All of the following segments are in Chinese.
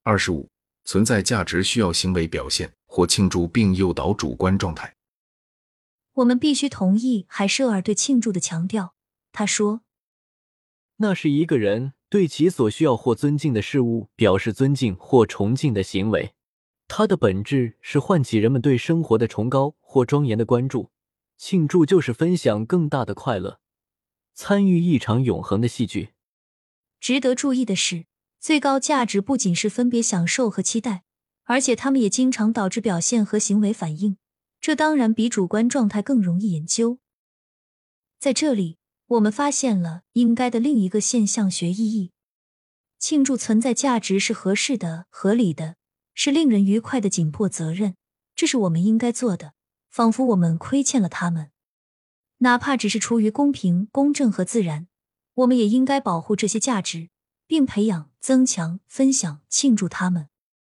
25、存在价值需要行为表现或庆祝并诱导主观状态。 我们必须同意海舍尔对庆祝的强调。他说， 那是一个人对其所需要或尊敬的事物表示尊敬或崇敬的行为，它的本质是唤起人们对生活的崇高或庄严的关注。庆祝就是分享更大的快乐，参与一场永恒的戏剧。 值得注意的是，最高价值不仅是分别享受和期待，而且它们也经常导致表现和行为反应，这当然比主观状态更容易研究。在这里，我们发现了应该的另一个现象学意义。庆祝存在价值是合适的、合理的，是令人愉快的紧迫责任，这是我们应该做的，仿佛我们亏欠了他们。哪怕只是出于公平、公正和自然，我们也应该保护这些价值，并培养、增强、分享、庆祝它们。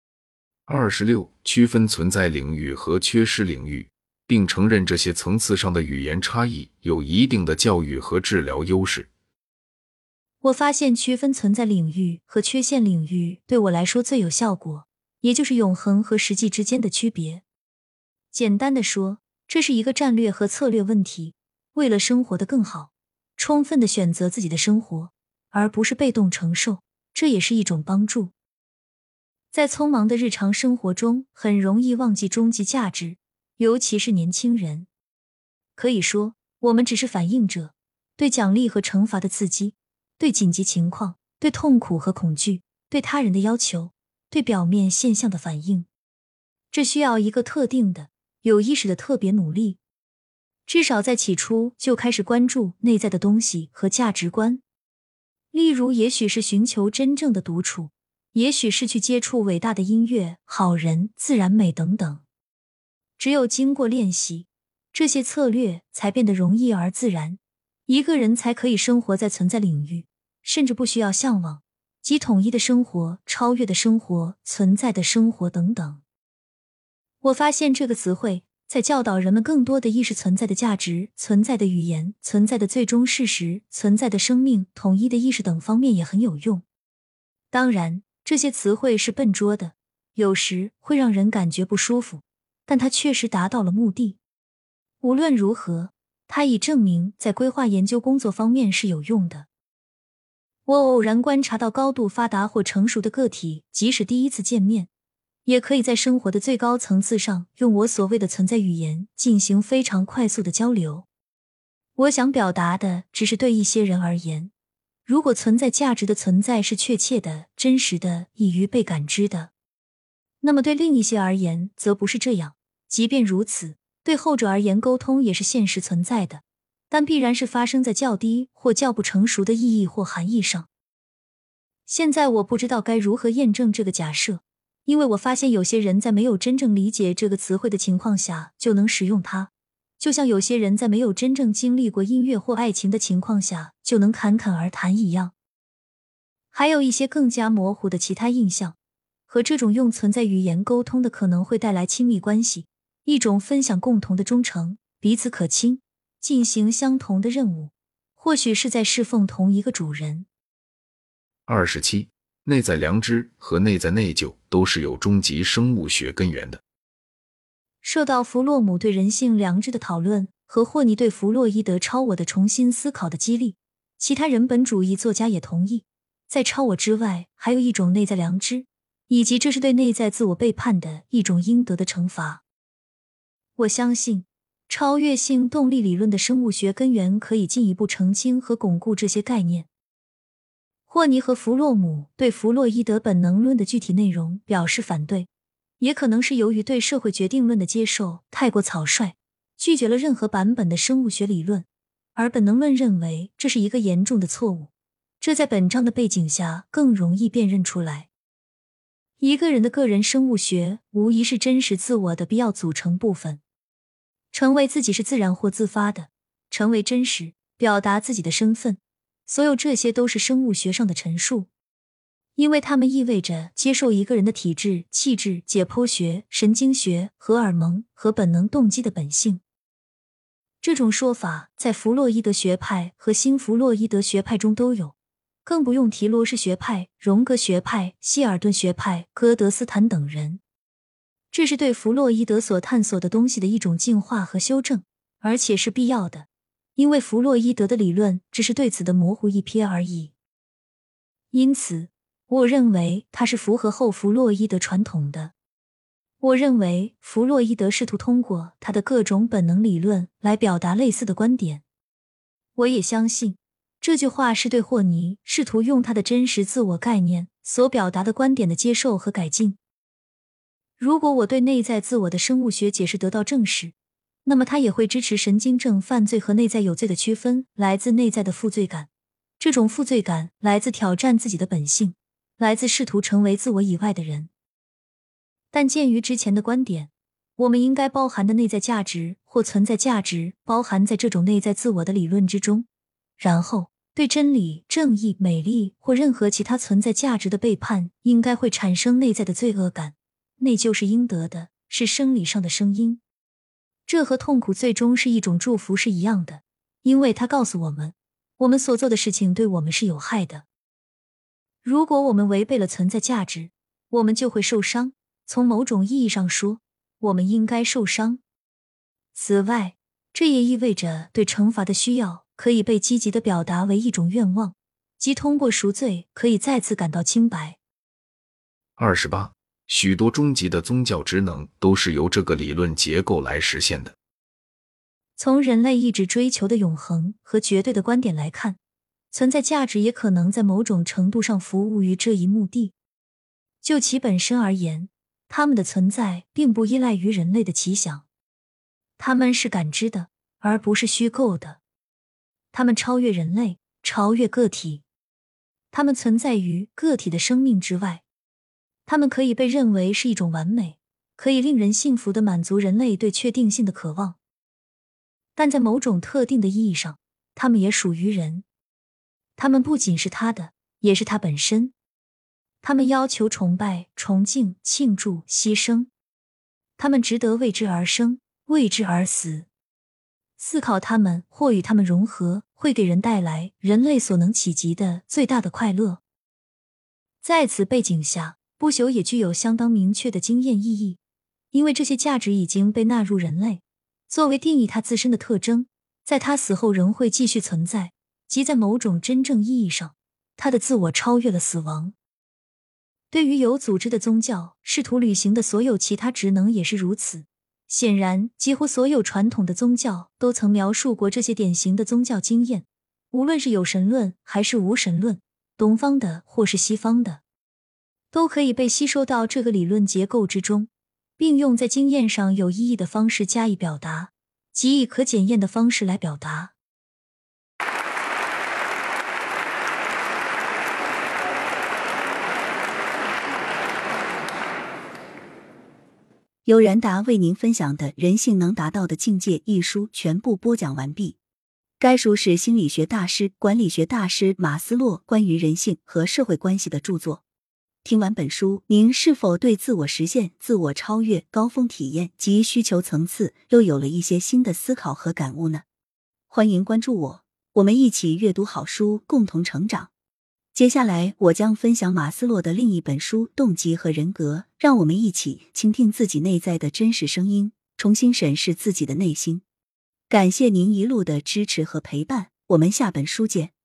26、区分存在领域和缺失领域，并承认这些层次上的语言差异有一定的教育和治疗优势。 我发现区分存在领域和缺陷领域对我来说最有效果，也就是永恒和实际之间的区别。简单的说，这是一个战略和策略问题，为了生活得更好，充分地选择自己的生活，而不是被动承受，这也是一种帮助。在匆忙的日常生活中，很容易忘记终极价值，尤其是年轻人。可以说，我们只是反应者，对奖励和惩罚的刺激，对紧急情况，对痛苦和恐惧，对他人的要求，对表面现象的反应。这需要一个特定的、有意识的特别努力，至少在起初就开始关注内在的东西和价值观。例如，也许是寻求真正的独处，也许是去接触伟大的音乐、好人、自然美等等。只有经过练习，这些策略才变得容易而自然，一个人才可以生活在存在领域，甚至不需要向往，即统一的生活、超越的生活、存在的生活等等。我发现这个词汇在教导人们更多的意识存在的价值、存在的语言、存在的最终事实、存在的生命、统一的意识等方面也很有用。当然，这些词汇是笨拙的，有时会让人感觉不舒服，但它确实达到了目的。无论如何，它已证明在规划研究工作方面是有用的。我偶然观察到高度发达或成熟的个体，即使第一次见面，也可以在生活的最高层次上用我所谓的存在语言进行非常快速的交流。我想表达的只是对一些人而言，如果存在价值的存在是确切的、真实的、易于被感知的，那么对另一些而言则不是这样。即便如此，对后者而言沟通也是现实存在的，但必然是发生在较低或较不成熟的意义或含义上。现在我不知道该如何验证这个假设，因为我发现有些人在没有真正理解这个词汇的情况下就能使用它，就像有些人在没有真正经历过音乐或爱情的情况下就能侃侃而谈一样。还有一些更加模糊的其他印象，和这种用存在语言沟通的可能会带来亲密关系，一种分享共同的忠诚，彼此可亲，进行相同的任务，或许是在侍奉同一个主人。 27、内在良知和内在内疚都是有终极生物学根源的。 受到弗洛姆对人性良知的讨论和霍尼对弗洛伊德超我的重新思考的激励，其他人本主义作家也同意，在超我之外还有一种内在良知，以及这是对内在自我背叛的一种应得的惩罚。我相信超越性动力理论的生物学根源可以进一步澄清和巩固这些概念。霍尼和弗洛姆对弗洛伊德本能论的具体内容表示反对，也可能是由于对社会决定论的接受太过草率，拒绝了任何版本的生物学理论，而本能论认为这是一个严重的错误，这在本章的背景下更容易辨认出来。一个人的个人生物学无疑是真实自我的必要组成部分，成为自己是自然或自发的，成为真实，表达自己的身份，所有这些都是生物学上的陈述，因为它们意味着接受一个人的体质、气质、解剖学、神经学、荷尔蒙和本能动机的本性。这种说法在弗洛伊德学派和新弗洛伊德学派中都有， 更不用提罗氏学派、荣格学派、希尔顿学派、戈德斯坦等人。这是对弗洛伊德所探索的东西的一种进化和修正，而且是必要的，因为弗洛伊德的理论只是对此的模糊一瞥而已。因此，我认为它是符合后弗洛伊德传统的。我认为弗洛伊德试图通过他的各种本能理论来表达类似的观点。我也相信这句话是对霍尼试图用他的真实自我概念所表达的观点的接受和改进。如果我对内在自我的生物学解释得到证实，那么他也会支持神经症犯罪和内在有罪的区分来自内在的负罪感。这种负罪感来自挑战自己的本性，来自试图成为自我以外的人。但鉴于之前的观点，我们应该包含的内在价值或存在价值包含在这种内在自我的理论之中，然后对真理、正义、美丽或任何其他存在价值的背叛应该会产生内在的罪恶感，内疚是应得的，是生理上的声音。这和痛苦最终是一种祝福是一样的，因为它告诉我们，我们所做的事情对我们是有害的。如果我们违背了存在价值，我们就会受伤。从某种意义上说，我们应该受伤。此外，这也意味着对惩罚的需要可以被积极地表达为一种愿望，即通过赎罪可以再次感到清白。 28. 许多终极的宗教职能都是由这个理论结构来实现的。 从人类一直追求的永恒和绝对的观点来看，存在价值也可能在某种程度上服务于这一目的。就其本身而言，它们的存在并不依赖于人类的奇想，它们是感知的，而不是虚构的。它们超越人类，超越个体。它们存在于个体的生命之外。它们可以被认为是一种完美，可以令人信服地满足人类对确定性的渴望。但在某种特定的意义上，它们也属于人。它们不仅是他的，也是他本身。他们要求崇拜、崇敬、庆祝、牺牲。他们值得为之而生，为之而死。思考他们或与他们融合，会给人带来人类所能企及的最大的快乐。在此背景下，不朽也具有相当明确的经验意义，因为这些价值已经被纳入人类，作为定义它自身的特征，在它死后仍会继续存在，即在某种真正意义上，它的自我超越了死亡。对于有组织的宗教，试图履行的所有其他职能也是如此。显然，几乎所有传统的宗教都曾描述过这些典型的宗教经验，无论是有神论还是无神论，东方的或是西方的，都可以被吸收到这个理论结构之中，并用在经验上有意义的方式加以表达，即以可检验的方式来表达。 由然达为您分享的《人性能达到的境界》一书全部播讲完毕。该书是心理学大师、管理学大师马斯洛关于人性和社会关系的著作。听完本书，您是否对自我实现、自我超越、高峰体验及需求层次又有了一些新的思考和感悟呢？欢迎关注我们一起阅读好书，共同成长。接下来我将分享马斯洛的另一本书《动机和人格》，让我们一起倾听自己内在的真实声音，重新审视自己的内心。感谢您一路的支持和陪伴，我们下本书见。